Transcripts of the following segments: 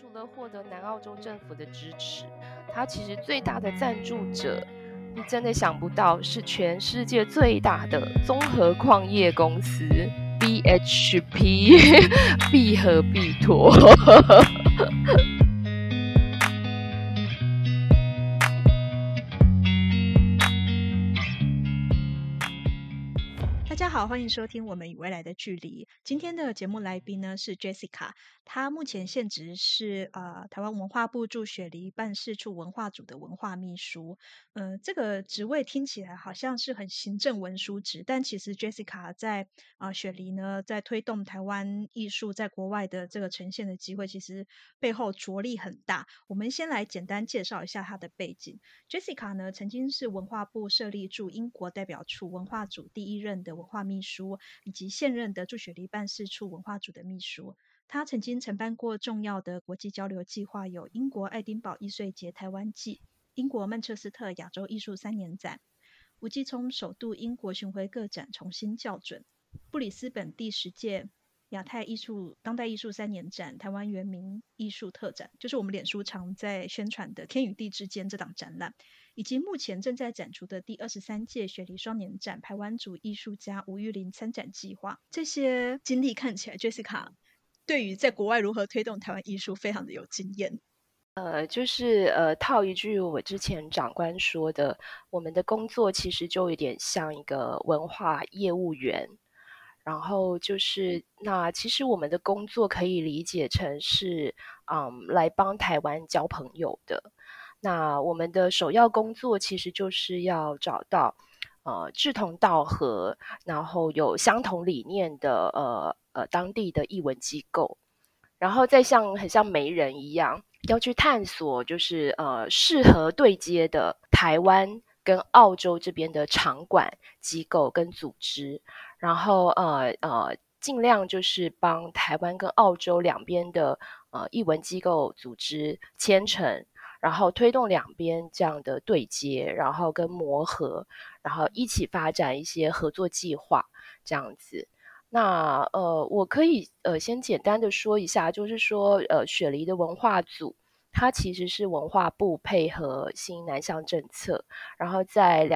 除了获得南澳洲政府的支持，它其实最大的赞助者，你真的想不到是全世界最大的综合矿业公司 BHP 必和必拓。 大家好，欢迎收听我们与未来的距离。今天的节目来宾呢是 Jessica， 她目前现职是台湾文化部驻雪梨办事处文化组的文化秘书。这个职位听起来好像是很行政文书职，但其实 Jessica 在雪梨呢，在推动台湾艺术在国外的这个呈现的机会，其实背后着力很大。我们先来简单介绍一下她的背景。Jessica 呢，曾经是文化部设立驻英国代表处文化组第一任的文化秘书，以及现任的驻雪梨办事处文化组的秘书。他曾经承办过重要的国际交流计划，有英国爱丁堡艺穗节台湾季、英国曼彻斯特亚洲艺术3年展、吴继聪首度英国巡回个展重新校准、布里斯本第10届亚太当代艺术3年展、台湾原民艺术特展，就是我们脸书常在宣传的天与地之间这档展览，以及目前正在展出的第23届雪梨双年展台湾族艺术家吴玉玲参展计划。这些经历看起来 Jessica 对于在国外如何推动台湾艺术非常的有经验。 套一句我之前长官说的，我们的工作其实就有点像一个文化业务员。然后那其实我们的工作可以理解成是来帮台湾交朋友的。那我们的首要工作其实就是要找到志同道合，然后有相同理念的当地的艺文机构，然后再很像媒人一样，要去探索就是适合对接的台湾跟澳洲这边的场馆机构跟组织，然后尽量就是帮台湾跟澳洲两边的艺文机构组织签成，然后推动两边这样的对接，然后跟磨合，然后一起发展一些合作计划这样子。那我可以先简单的说一下，就是说雪梨的文化组，它其实是文化部配合新南向政策，然后在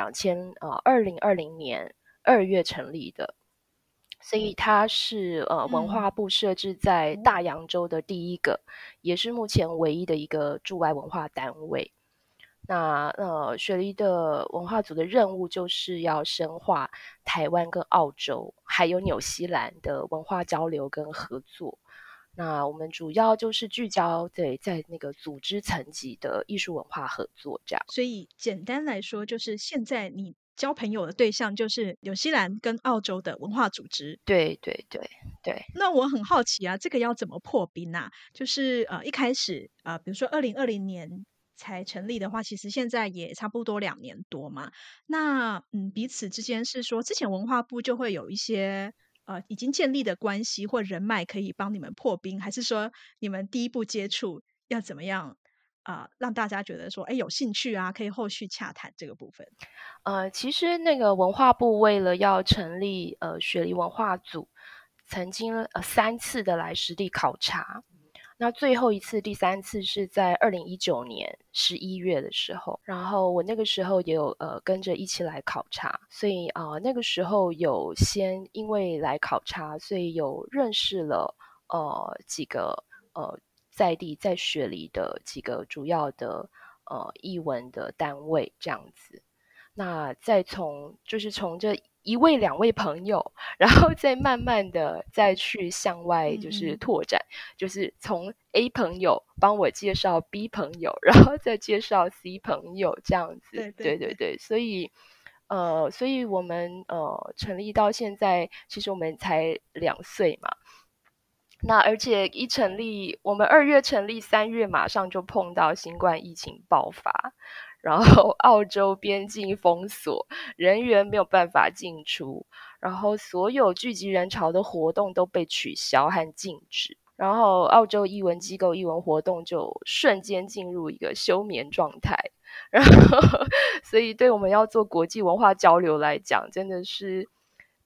2020年2月成立的，所以它是文化部设置在大洋洲的第一个，也是目前唯一的一个驻外文化单位。那雪梨的文化组的任务就是要深化台湾跟澳洲还有纽西兰的文化交流跟合作。那我们主要就是聚焦在那个组织层级的艺术文化合作这样。 所以简单来说，就是现在你交朋友的对象就是纽西兰跟澳洲的文化组织。 对对对对。 那我很好奇啊，这个要怎么破冰啊？就是一开始比如说2020年才成立的话，其实现在也差不多2年多嘛。那彼此之间是说，之前文化部就会有一些已经建立的关系或人脉可以帮你们破冰，还是说你们第一步接触要怎么样让大家觉得说，哎，有兴趣啊，可以后续洽谈这个部分？ 其实那个文化部为了要成立雪梨文化组，曾经3次的来实地考察。那最后一次第3次是在2019年11月的时候，然后我那个时候也有跟着一起来考察，所以那个时候有先因为来考察，所以有认识了几个在地在雪梨的几个主要的艺文的单位这样子。那再从这1位2位朋友，然后再慢慢的再去向外就是拓展，就是从 A 朋友帮我介绍 B 朋友，然后再介绍 C 朋友这样子。对，所以我们成立到现在，其实我们才2岁嘛。那而且一成立，我们2月成立，3月马上就碰到新冠疫情爆发，然后澳洲边境封锁，人员没有办法进出，然后所有聚集人潮的活动都被取消和禁止，然后澳洲艺文机构艺文活动就瞬间进入一个休眠状态，然后所以对我们要做国际文化交流来讲，真的是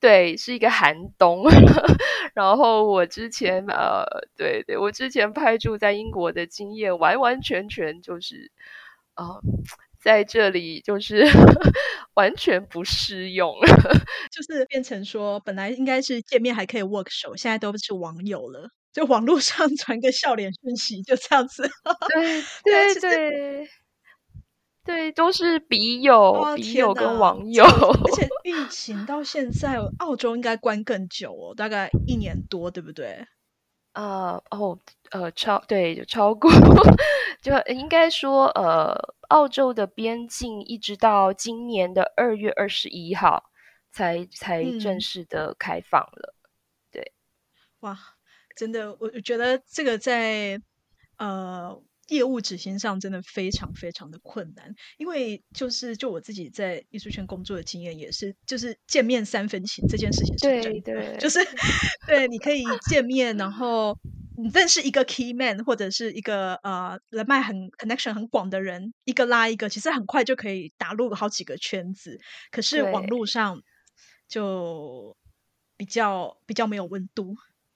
对，是一个寒冬。然后我之前对对，我之前派驻在英国的经验，完完全全就是呃，在这里就是完全不适用。 就是变成说，本来应该是见面还可以握个手，现在都是网友了，就网络上传个笑脸讯息，就这样子。 对对啊， 对其实对对，都是笔友、 哦， 笔友跟天呐， 网友。 这个而且疫情到现在，澳洲应该关更久哦，大概1年多，对不对？ 哦，对，就超过。就应该说，澳洲的边境一直到今年的2月21号才正嗯。 式的开放了。对哇，真的，我觉得这个在呃业务执行上真的非常非常的困难，因为就我自己在艺术圈工作的经验也是，就是见面3分情这件事情是真对的， 对就是对，你可以见面，然后你认识一个 key man 或者是一个人脉connection 很广的人，一个拉一个，其实很快就可以打入好几个圈子，可是网络对。 上就比较没有温度。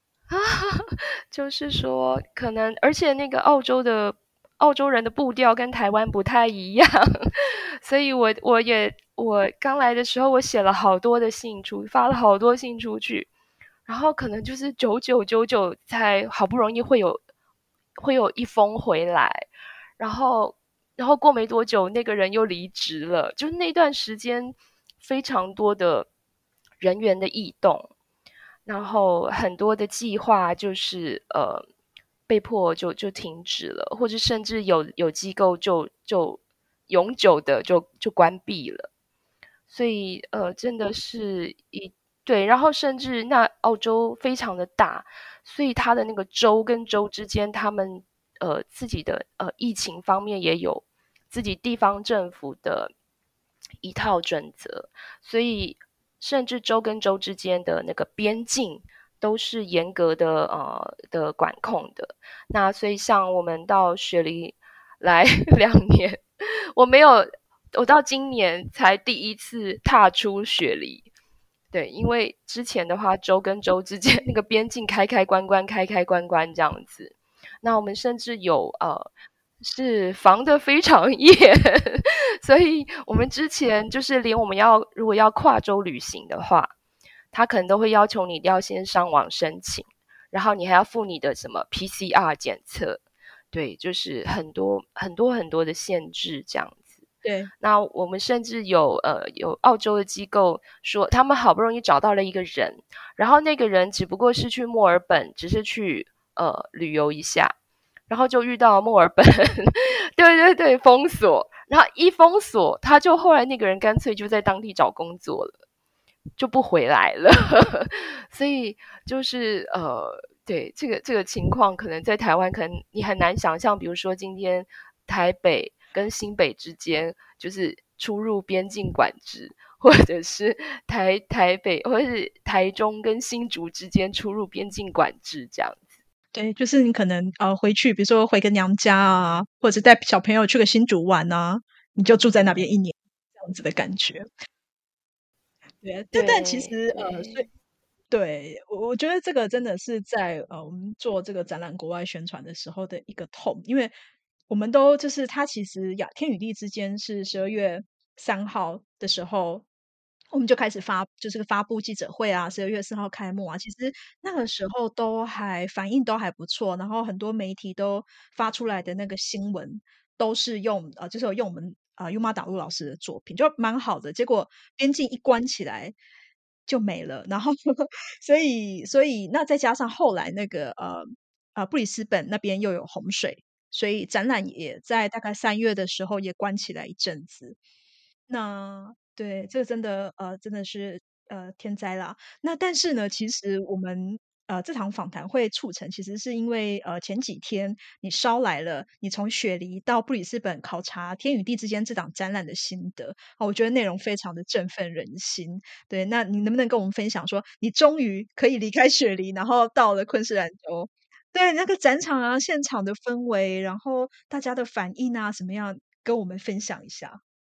就是说，可能而且那个澳洲人的步调跟台湾不太一样。所以我刚来的时候，我写了好多的信发了好多信出去，然后可能就是9999才好不容易会有一封回来，然后过没多久那个人又离职了，就是那段时间非常多的人员的异动。然后很多的计划就是被迫就停止了，或者甚至有机构就永久的就关闭了。所以真的是对，然后甚至那澳洲非常的大，所以它的那个州跟州之间，他们自己的疫情方面也有自己地方政府的一套准则，所以甚至州跟州之间的那个边境都是严格的管控的。那所以像我们到雪梨来2年，我没有，我到今年才第一次踏出雪梨。对，因为之前的话，州跟州之间那个边境开开关关，开开关关这样子。那我们甚至有是防得非常严。所以我们之前就是连我们如果要跨州旅行的话，他可能都会要求你一定要先上网申请，然后你还要付你的什么 PCR 检测。对，就是很多很多很多的限制这样子。 对， 那我们甚至有澳洲的机构说，他们好不容易找到了一个人，然后那个人只不过是去墨尔本，只是去旅游一下，然后就遇到墨尔本。对对对，封锁，然后一封锁，他就后来那个人干脆就在当地找工作了，就不回来了。所以就是对这个情况，可能在台湾，可能你很难想象，比如说今天台北跟新北之间就是出入边境管制，或者是台北或者是台中跟新竹之间出入边境管制这样子。 对，就是你可能回去，比如说回个娘家啊，或者带小朋友去个新竹玩啊，你就住在那边1年，这样子的感觉。对，但其对实所以对对，我觉得这个真的是在我们做这个展览国外宣传的时候的一个痛，因为我们都就是它其实天与地之间是12月3号的时候，我们就开始就是发布记者会啊12月4号开幕啊，其实那个时候反应都还不错，然后很多媒体都发出来的那个新闻都是就是有用我们尤玛导入老师的作品，就蛮好的。结果边境一关起来就没了，然后所以那再加上后来那个布里斯本那边又有洪水，所以展览也在大概3月的时候也关起来一阵子。那对，这个真的是天灾啦。那但是呢，其实我们这场访谈会促成，其实是因为前几天你捎来了你从雪梨到布里斯本考察《天与地之间》这档展览的心得我觉得内容非常的振奋人心。对，那你能不能跟我们分享说，你终于可以离开雪梨，然后到了昆士兰州？对，那个展场啊，现场的氛围，然后大家的反应啊，怎么样，跟我们分享一下？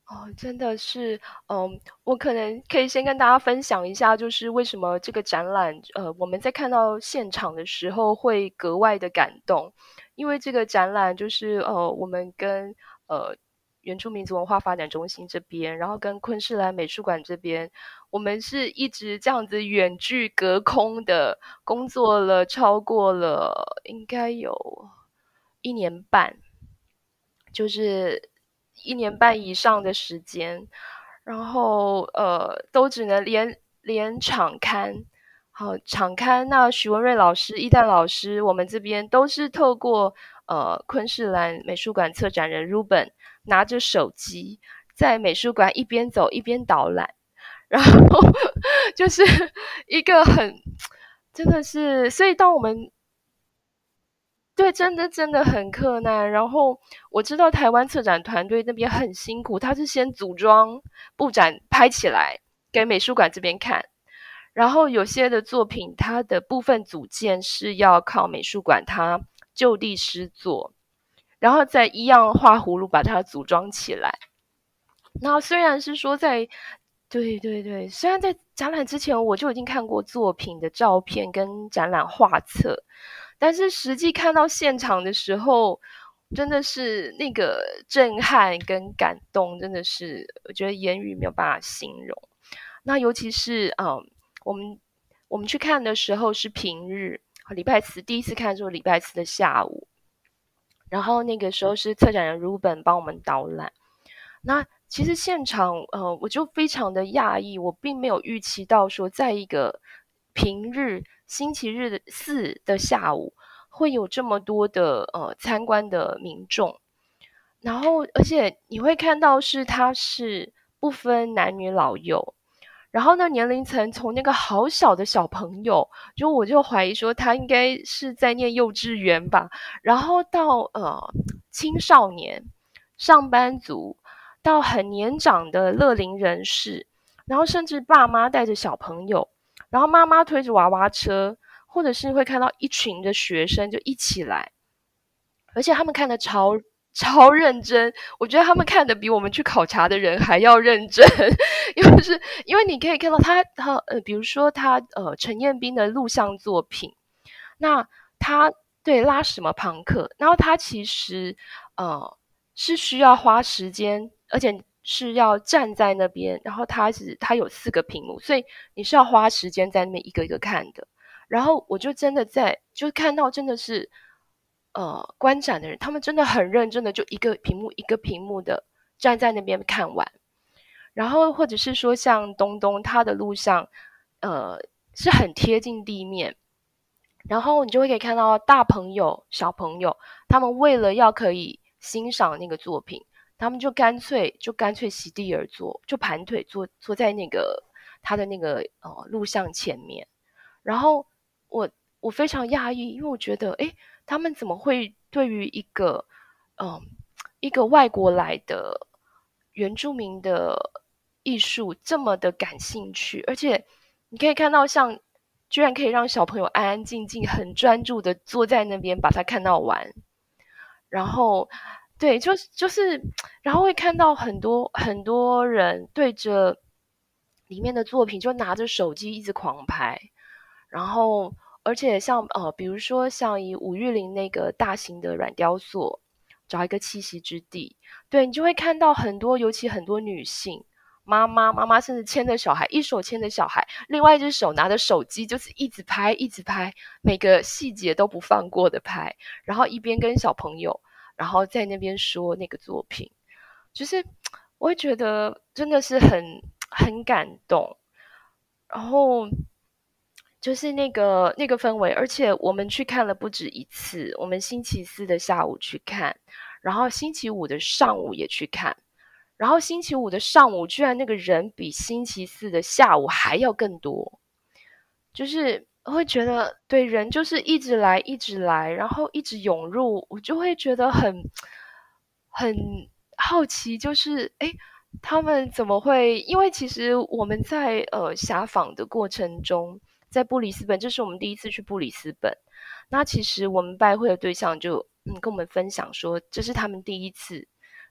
哦，真的是，我可能可以先跟大家分享一下，就是为什么这个展览，我们在看到现场的时候会格外的感动，因为这个展览就是，我们跟原住民族文化发展中心这边，然后跟昆士兰美术馆这边，我们是一直这样子远距隔空的工作了，超过了应该有1年半。就是1年半以上的时间，然后都只能连场刊，好场刊。那许文瑞老师、伊旦老师，我们这边都是透过昆士兰美术馆策展人 Ruben 拿着手机在美术馆一边走一边导览，然后就是一个很真的是，所以当我们对，真的很困难。然后我知道台湾策展团队那边很辛苦，他是先组装布展拍起来给美术馆这边看，然后有些的作品它的部分组件是要靠美术馆它就地施作，然后再一样画葫芦把它组装起来。那虽然是说对对对，虽然在展览之前我就已经看过作品的照片跟展览画册，但是实际看到现场的时候，真的是那个震撼跟感动，真的是我觉得言语没有办法形容。那尤其是我们我们去看的时候是平日，礼拜四第一次看就是礼拜四的下午，然后那个时候是策展人 Ruben 帮我们导览。那其实现场，我就非常的讶异，我并没有预期到说，在一个平日星期日的四的下午，会有这么多的参观的民众。然后，而且你会看到它是不分男女老幼，然后呢，年龄层从那个好小的小朋友，我就怀疑说他应该是在念幼稚园吧，然后到青少年、上班族，到很年长的乐龄人士，然后甚至爸妈带着小朋友，然后妈妈推着娃娃车，或者是会看到一群的学生就一起来，而且他们看的超认真，我觉得他们看的比我们去考察的人还要认真，因为你可以看到比如说陈彦斌的录像作品，那他对拉什么朋克，然后他其实是需要花时间，而且是要站在那边，然后他有4个屏幕，所以你是要花时间在那边一个一个看的。然后我就真的就看到真的是观展的人，他们真的很认真的，就一个屏幕一个屏幕的站在那边看完。然后或者是说像东东他的录像，是很贴近地面，然后你就会可以看到大朋友、小朋友，他们为了要可以欣赏那个作品，他们就干脆席地而坐，就盘腿坐在那个他的那个录像前面。然后我我非常讶异，因为我觉得，诶，他们怎么会对于嗯一个外国来的原住民的艺术这么的感兴趣？而且你可以看到居然可以让小朋友安安静静、很专注的坐在那边把它看到完，然后对，就是，然后会看到很多很多人对着里面的作品就拿着手机一直狂拍，然后而且像比如说像以五玉林那个大型的软雕塑，找一个栖息之地，对你就会看到很多，尤其很多女性妈妈甚至牵着小孩，一手牵着小孩，另外一只手拿着手机，就是一直拍一直拍，每个细节都不放过的拍，然后一边跟小朋友，然后在那边说那个作品，就是我会觉得真的是很感动，然后就是那个氛围，而且我们去看了不止一次，我们星期四的下午去看，然后星期五的上午也去看，然后星期五的上午居然那个人比星期四的下午还要更多，就是会觉得对人就是一直来一直来，然后一直涌入，我就会觉得很好奇，就是诶，他们怎么会？因为其实我们在辖访的过程中，在布里斯本，这是我们第一次去布里斯本。那其实我们拜会的对象就跟我们分享说，这是他们第一次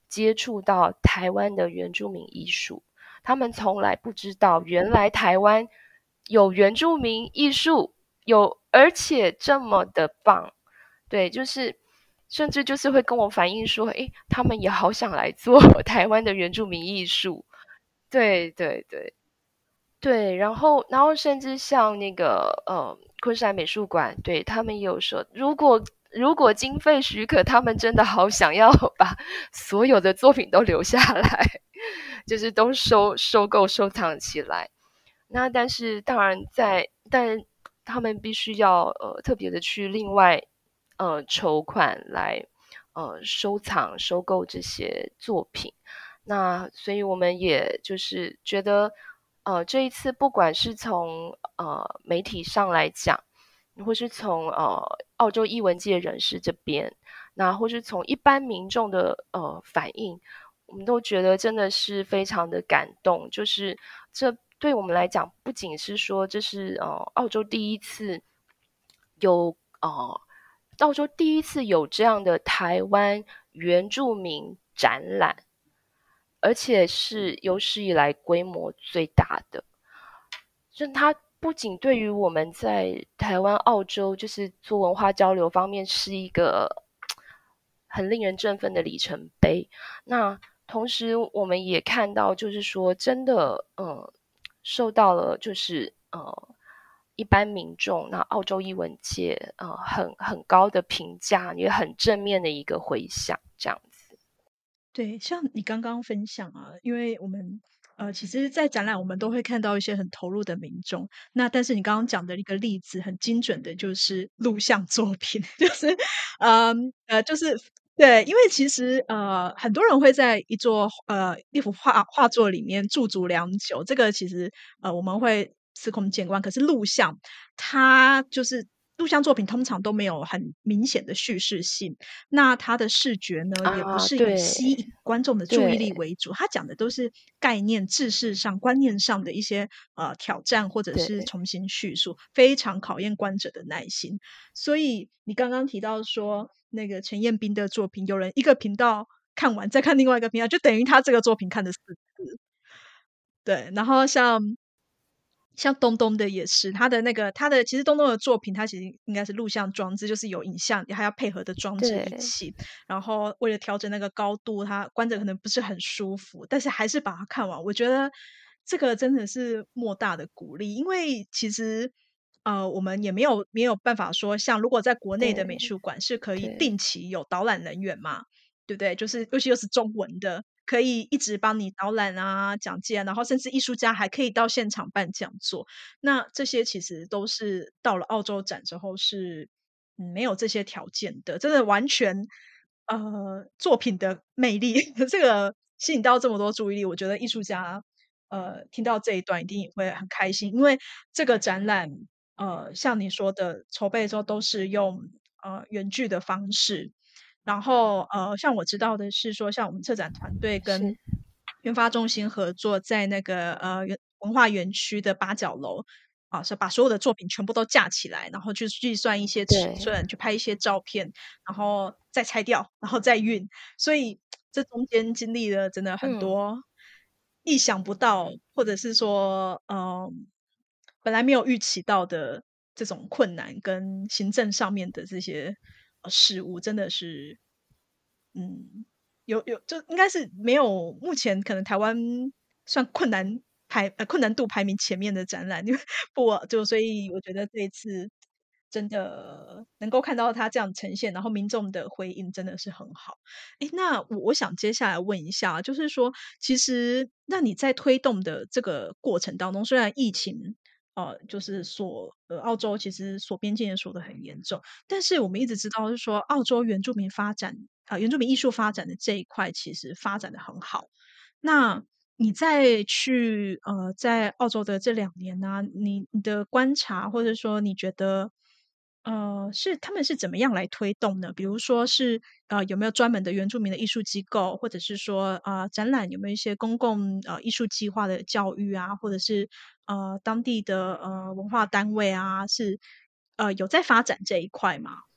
接触到台湾的原住民艺术，他们从来不知道原来台湾有原住民艺术，而且这么的棒。对，就是甚至就是会跟我反映说，诶，他们也好想来做台湾的原住民艺术。对对对。对，然后甚至像那个昆山美术馆，对，他们也有说，如果经费许可，他们真的好想要把所有的作品都留下来，就是都收购收藏起来。那但是当然但他们必须要特别的去另外筹款来收藏收购这些作品。那所以我们也就是觉得，这一次不管是从媒体上来讲，或是从澳洲艺文界人士这边，那或是从一般民众的反应，我们都觉得真的是非常的感动。就是这对我们来讲，不仅是说这是澳洲第一次有澳洲第一次有这样的台湾原住民展览，而且是有史以来规模最大的。就它不仅对于我们在台湾、澳洲就是做文化交流方面是一个很令人振奋的里程碑，那同时我们也看到，就是说真的，受到了就是一般民众那澳洲艺文界很高的评价，也很正面的一个回响，这样子。 对，像你刚刚分享啊，因为我们其实，在展览我们都会看到一些很投入的民众。那但是你刚刚讲的一个例子，很精准的就是录像作品，就是就是对，因为其实很多人会在一幅画作里面驻足良久，这个其实我们会司空见惯。可是录像，它就是录像作品通常都没有很明显的叙事性。那它的视觉呢，也不啊， 是以吸对引观众的注意力对为主，它讲的都是概念、知识上、观念上的一些挑战，或者是对重新叙述，非常考验观者的耐心。所以你刚刚提到说，那个陈彦斌的作品，有人一个频道看完，再看另外一个频道，就等于他这个作品看了4次。对，然后像东东的也是，他的其实东东的作品，他其实应该是录像装置，就是有影像，还要配合的装置一对起。然后为了调整那个高度，他观者可能不是很舒服，但是还是把它看完。我觉得这个真的是莫大的鼓励，因为其实我们也没有办法说，像如果在国内的美对术馆是可以对定期有导览人员嘛，对不对？就是尤其又是中文的，可以一直帮你导览啊、讲解啊，然后甚至艺术家还可以到现场办讲座。那这些其实都是到了澳洲展之后是没有这些条件的，真的完全作品的魅力，这个吸引到这么多注意力，我觉得艺术家听到这一段一定也会很开心，因为这个展览像你说的筹备的时候都是用原剧的方式，然后像我知道的是说，像我们策展团队是， 跟研发中心合作，在那个文化园区的八角楼啊，是把所有的作品全部都架起来，然后去计算一些尺对寸，去拍一些照片，然后再拆掉，然后再运。所以这中间经历了真的很嗯。 多意想不到，或者是说，本来没有预期到的这种困难跟行政上面的这些事物，真的是，嗯，就应该是没有目前可能台湾算困难度排名前面的展览，因为所以我觉得这一次真的能够看到它这样呈现，然后民众的回应真的是很好。诶，那我想接下来问一下，就是说，其实那你在推动的这个过程当中，虽然疫情就是澳洲其实锁边境也锁得很严重，但是我们一直知道是说澳洲原住民艺术发展的这一块其实发展的很好。那你在澳洲的这2年呢，你的观察，或者说你觉得，他们是怎么样来推动呢？比如说是，有没有专门的原住民的艺术机构，或者是说，展览有没有一些公共，艺术计划的教育啊，或者是，当地的，文化单位啊，有在发展这一块吗？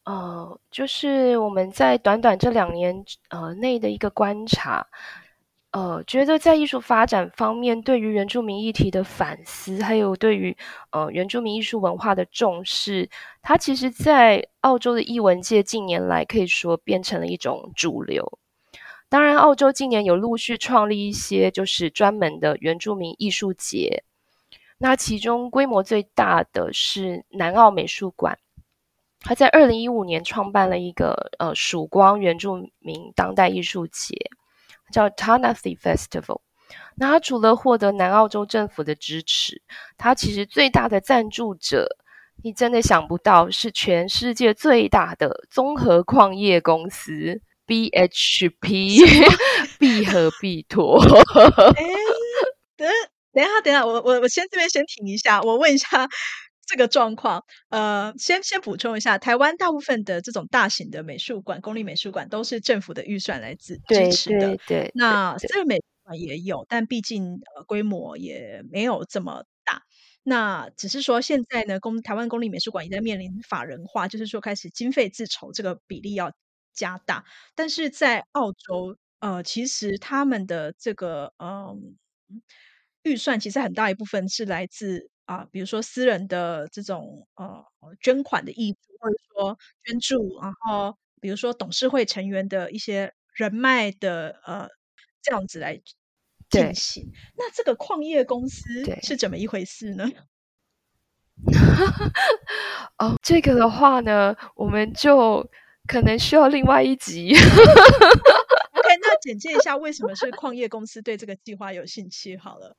就是我们在短短这2年内的一个观察，觉得在艺术发展方面，对于原住民议题的反思，还有对于原住民艺术文化的重视，它其实在澳洲的艺文界近年来可以说变成了一种主流。当然，澳洲今年有陆续创立一些就是专门的原住民艺术节，那其中规模最大的是南澳美术馆。他在2015年创办了一个曙光原住民当代艺术节，叫 Tanathi Festival。那他除了获得南澳洲政府的支持，他其实最大的赞助者，你真的想不到是全世界最大的综合矿业公司 BHP 必和必拓。 哎，等一下，我先这边先停一下，我问一下这个状况。先补充一下，台湾大部分的这种大型的美术馆、公立美术馆都是政府的预算来支对持的。 对对对那对私人美术馆也有，但毕竟规模也没有这么大。那只是说现在呢，台湾公立美术馆也在面临法人化，就是说开始经费自筹这个比例要加大。但是在澳洲，其实他们的这个预算其实很大一部分是来自比如说私人的这种捐款的义务，或者说捐助，然后比如说董事会成员的一些人脉的这样子来进对行。那这个矿业公司是对。 怎么一回事呢？ 哦，这个的话呢，我们就可能需要另外一集。 OK，那简介一下为什么是矿业公司对这个计划有兴趣好了。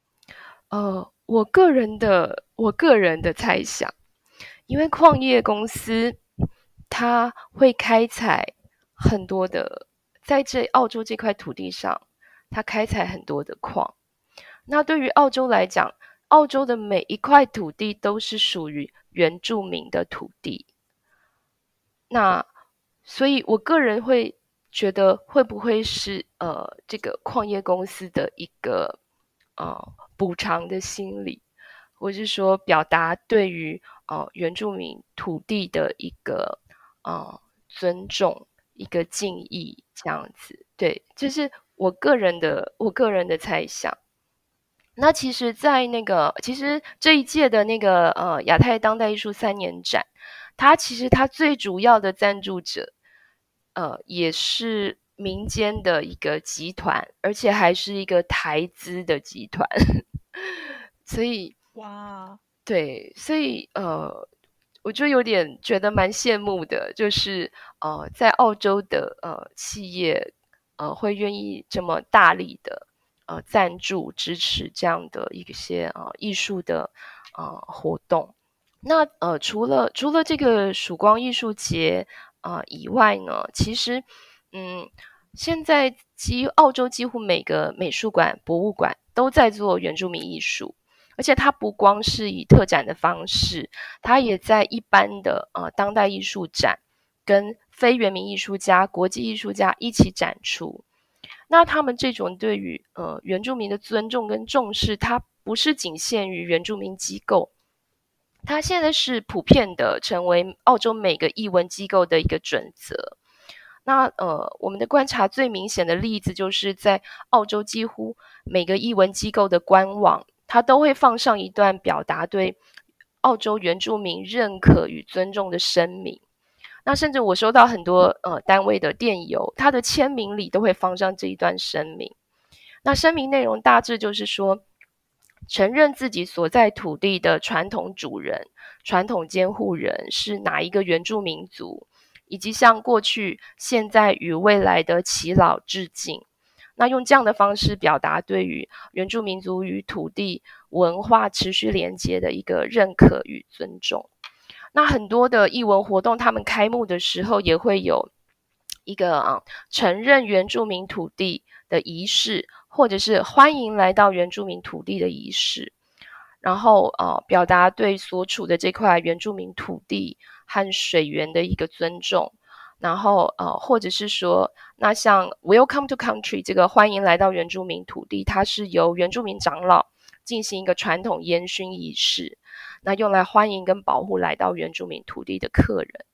我个人的猜想，因为矿业公司它会开采很多的，在澳洲这块土地上，它开采很多的矿。那对于澳洲来讲，澳洲的每一块土地都是属于原住民的土地。那所以我个人会觉得，会不会是这个矿业公司的一个补偿的心理，或是说表达对于原住民土地的一个尊重、一个敬意，这样子。对，这是我个人的猜想。那其实，其实这一届的那个亚太当代艺术3年展，其实它最主要的赞助者，也是民间的一个集团，而且还是一个台资的集团。所以哇， 对，所以我就有点觉得蛮羡慕的，就是在澳洲的企业会愿意这么大力的赞助支持这样的一些艺术的活动。那除了这个曙光艺术节以外呢，其实现在澳洲几乎每个美术馆、博物馆都在做原住民艺术。而且它不光是以特展的方式，它也在一般的当代艺术展跟非原民艺术家、国际艺术家一起展出。那他们这种对于原住民的尊重跟重视，它不是仅限于原住民机构，它现在是普遍的成为澳洲每个艺文机构的一个准则。那我们的观察最明显的例子，就是在澳洲几乎每个艺文机构的官网，它都会放上一段表达对澳洲原住民认可与尊重的声明。那甚至我收到很多单位的电邮，它的签名里都会放上这一段声明。那声明内容大致就是说，承认自己所在土地的传统主人、传统监护人是哪一个原住民族，以及向过去、现在与未来的耆老致敬。那用这样的方式表达对于原住民族与土地文化持续连接的一个认可与尊重。那很多的艺文活动，他们开幕的时候也会有一个承认原住民土地的仪式，或者是欢迎来到原住民土地的仪式，然后表达对所处的这块原住民土地和水源的一个尊重。然后或者是说，那像 Welcome to Country 这个欢迎来到原住民土地，它是由原住民长老进行一个传统烟熏仪式，那用来欢迎跟保护来到原住民土地的客人。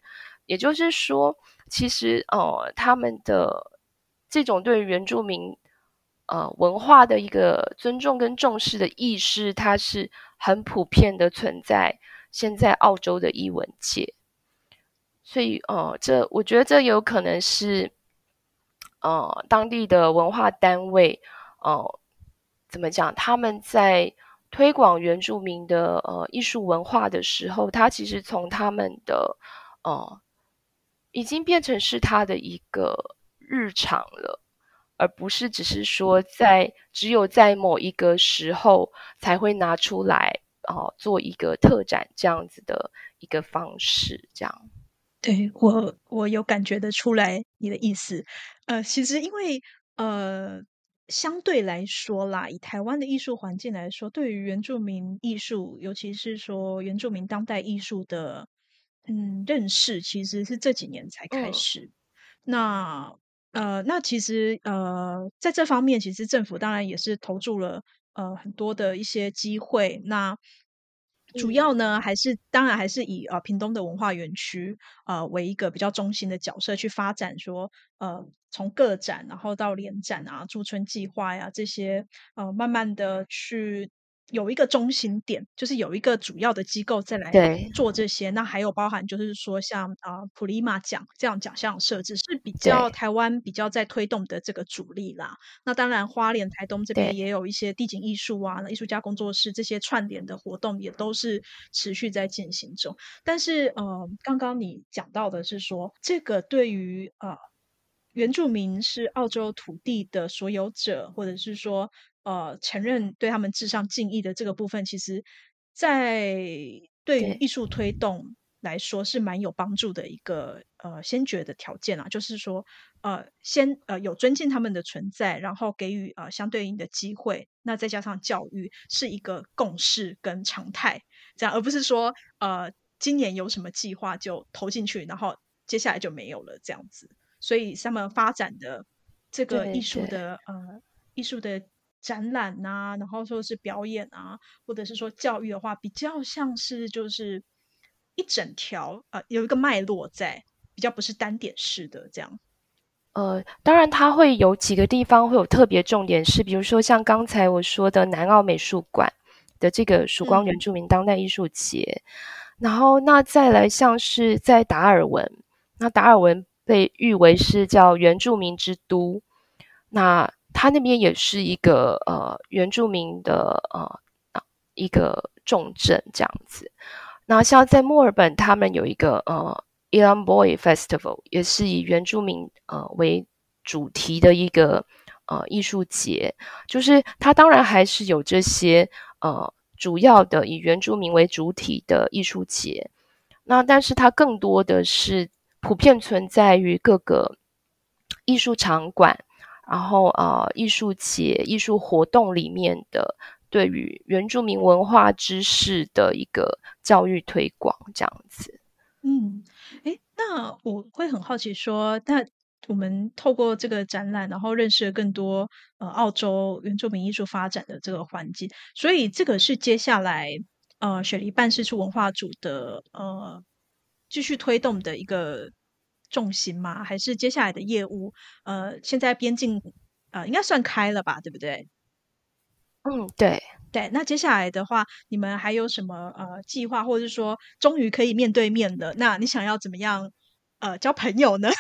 也就是说，其实他们的这种对于原住民文化的一个尊重跟重视的意识，它是很普遍的存在现在澳洲的艺文界。所以我觉得这有可能是当地的文化单位怎么讲？他们在推广原住民的艺术文化的时候，他其实从他们的已经变成是他的一个日常了，而不是只是说只有在某一个时候才会拿出来做一个特展这样子的一个方式，这样。 对，我有感觉得出来你的意思。其实因为呃，相对来说啦，以台湾的艺术环境来说，对于原住民艺术，尤其是说原住民当代艺术的认识，其实是这几年才开嗯， 始。那那其实在这方面，其实政府当然也是投注了很多的一些机会。那主嗯， 要呢，当然还是以屏东的文化园区为一个比较中心的角色去发展说，从个展然后到联展啊、驻村计划呀这些，慢慢的去有一个中心点，就是有一个主要的机构再来对做这些。那还有包含就是说像普利马奖这样奖项设置，是比较对台湾比较在推动的这个主力啦。那当然，花莲、台东这边对， 也有一些地景艺术啊、艺术家工作室这些串联的活动，也都是持续在进行中。但是，刚刚你讲到的是说，这个对于原住民是澳洲土地的所有者，或者是说承认对他们至上敬意的这个部分，其实在对于对艺术推动来说是蛮有帮助的一个先决的条件啊，就是说先有尊敬他们的存在，然后给予相对应的机会，那再加上教育是一个共识跟常态，这样而不是说今年有什么计划就投进去，然后接下来就没有了这样子。所以他们发展的这个对对。 艺术的展览呐、然后说是表演啊，或者是说教育的话，比较像是就是一整条有一个脉络在，比较不是单点式的这样。 当然它会有几个地方会有特别重点是，比如说像刚才我说的南澳美术馆的这个曙光原嗯住民当代艺术节，然后那再来像是在达尔文，那达尔文被誉为是叫原住民之都，那它那边也是一个原住民的一个重镇这样子。那像在墨尔本，他们有一个Elam Boy Festival，也是以原住民为主题的一个艺术节，就是它当然还是有这些主要的以原住民为主体的艺术节，那但是它更多的是普遍存在于各个艺术场馆，然后艺术节、艺术活动里面的对于原住民文化知识的一个教育推广，这样子。 嗯，诶，那我会很好奇说，那我们透过这个展览，然后认识了更多澳洲原住民艺术发展的这个环境，所以这个是接下来雪梨办事处文化组的继续推动的一个重心吗？还是接下来的业务现在边境应该算开了吧，对不对？ 嗯，对。 对，那接下来的话，你们还有什么计划，或者是说终于可以面对面了，那你想要怎么样交朋友呢？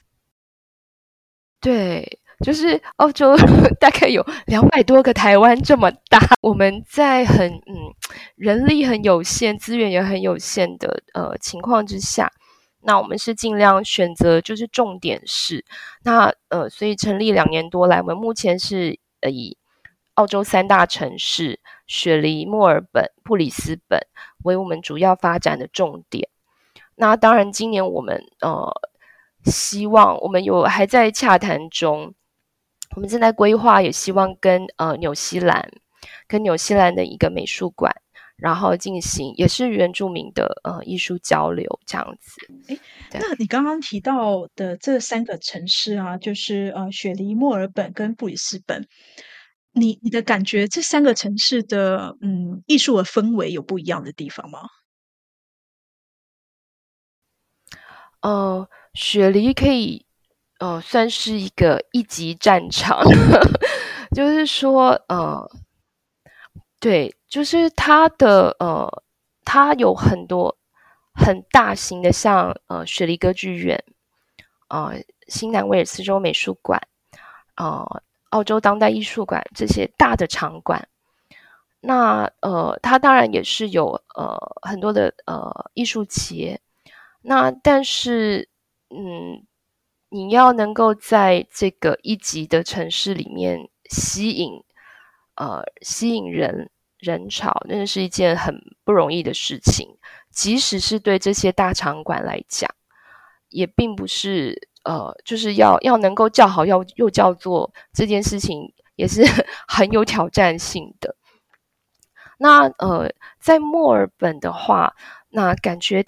对，就是澳洲大概有200多个台湾这么大，我们在人力很有限、资源也很有限的情况之下，那我们是尽量选择就是重点是所以成立2年多来，我们目前是以澳洲3大城市雪梨、墨尔本、布里斯本为我们主要发展的重点。那当然，今年我们希望我们还在洽谈中，我们正在规划，也希望跟纽西兰的一个美术馆，然后进行也是原住民的艺术交流这样子。 诶， 对， 那你刚刚提到的这3个城市啊，就是雪梨、墨尔本跟布里斯本，你的感觉这3个城市的艺术的氛围有不一样的地方吗？ 雪梨可以算是一个一级战场，就是说对，就是它有很多很大型的，像雪梨歌剧院，呃，新南威尔斯州美术馆，澳洲当代艺术馆这些大的场馆。那它当然也是有很多的艺术节，那但是你要能够在这个一级的城市里面吸引人潮，那是一件很不容易的事情。即使是对这些大场馆来讲，也并不是就是要能够叫好，又叫做这件事情，也是很有挑战性的。那在墨尔本的话，那感觉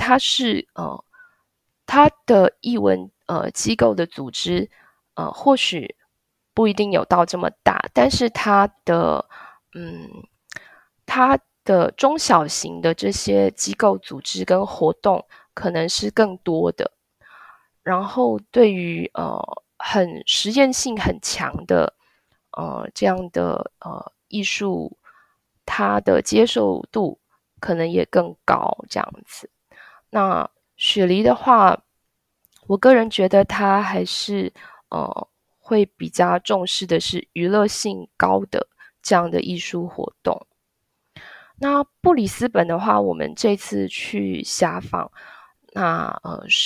它的艺文机构的组织或许不一定有到这么大，但是它的中小型的这些机构组织跟活动可能是更多的。然后对于很实验性很强的这样的艺术，它的接受度可能也更高，这样子。那雪梨的话，我个人觉得它还是会比较重视的是娱乐性高的这样的艺术活动。那布里斯本的话，我们这次去瞎访，那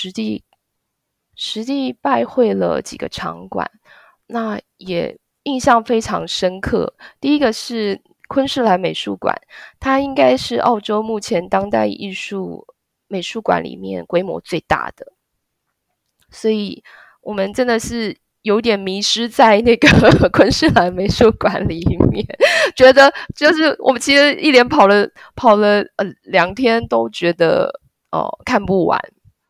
实地拜会了几个场馆，那也印象非常深刻。第一个是昆士兰美术馆，它应该是澳洲目前当代艺术美术馆里面规模最大的，所以我们真的是有点迷失在那个昆士兰美术馆里面，觉得就是我们其实一连跑了2天，都觉得看不完。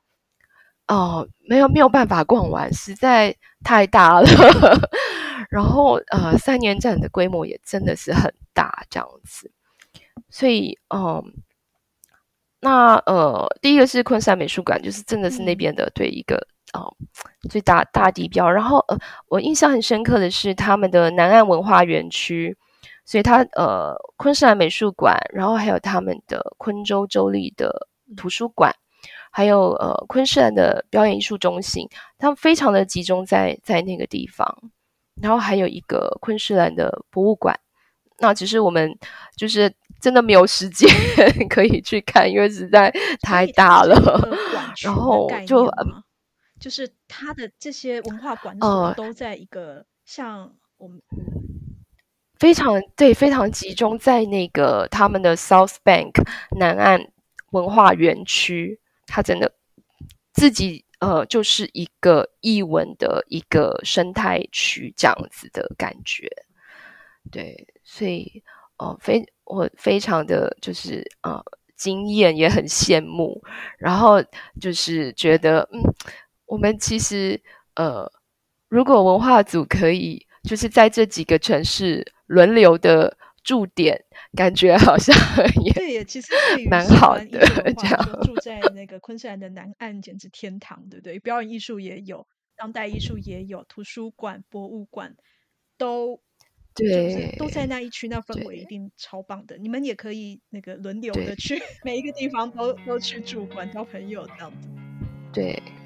没有办法逛完，实在太大了。然后3年展的规模也真的是很大，这样子。所以那第一个是昆山美术馆，就是真的是那边的对一个最大地标。然后我印象很深刻的是他们的南岸文化园区，所以它昆士兰美术馆，然后还有他们的昆州州立的图书馆。还有昆士兰的表演艺术中心，他们非常的集中在那个地方。然后还有一个昆士兰的博物馆，那只是我们就是真的没有时间可以去看，因为实在太大了。然后就是它的这些文化馆所都在一个像我们非常集中在那个他们的 South Bank 南岸文化园区。它真的自己就是一个艺文的一个生态区这样子的感觉。对，所以我非常的就是惊艳，也很羡慕。然后就是觉得我们其实如果文化组可以就是在这几个城市轮流的驻点，感觉好像也其实对于蛮好的。 这样住在那个昆士兰的南岸简直天堂，对不对？表演艺术也有，当代艺术也有，图书馆、博物馆都在那一区，那氛围一定超棒的。你们也可以那个轮流的去每一个地方都去住馆交朋友这样子。 对，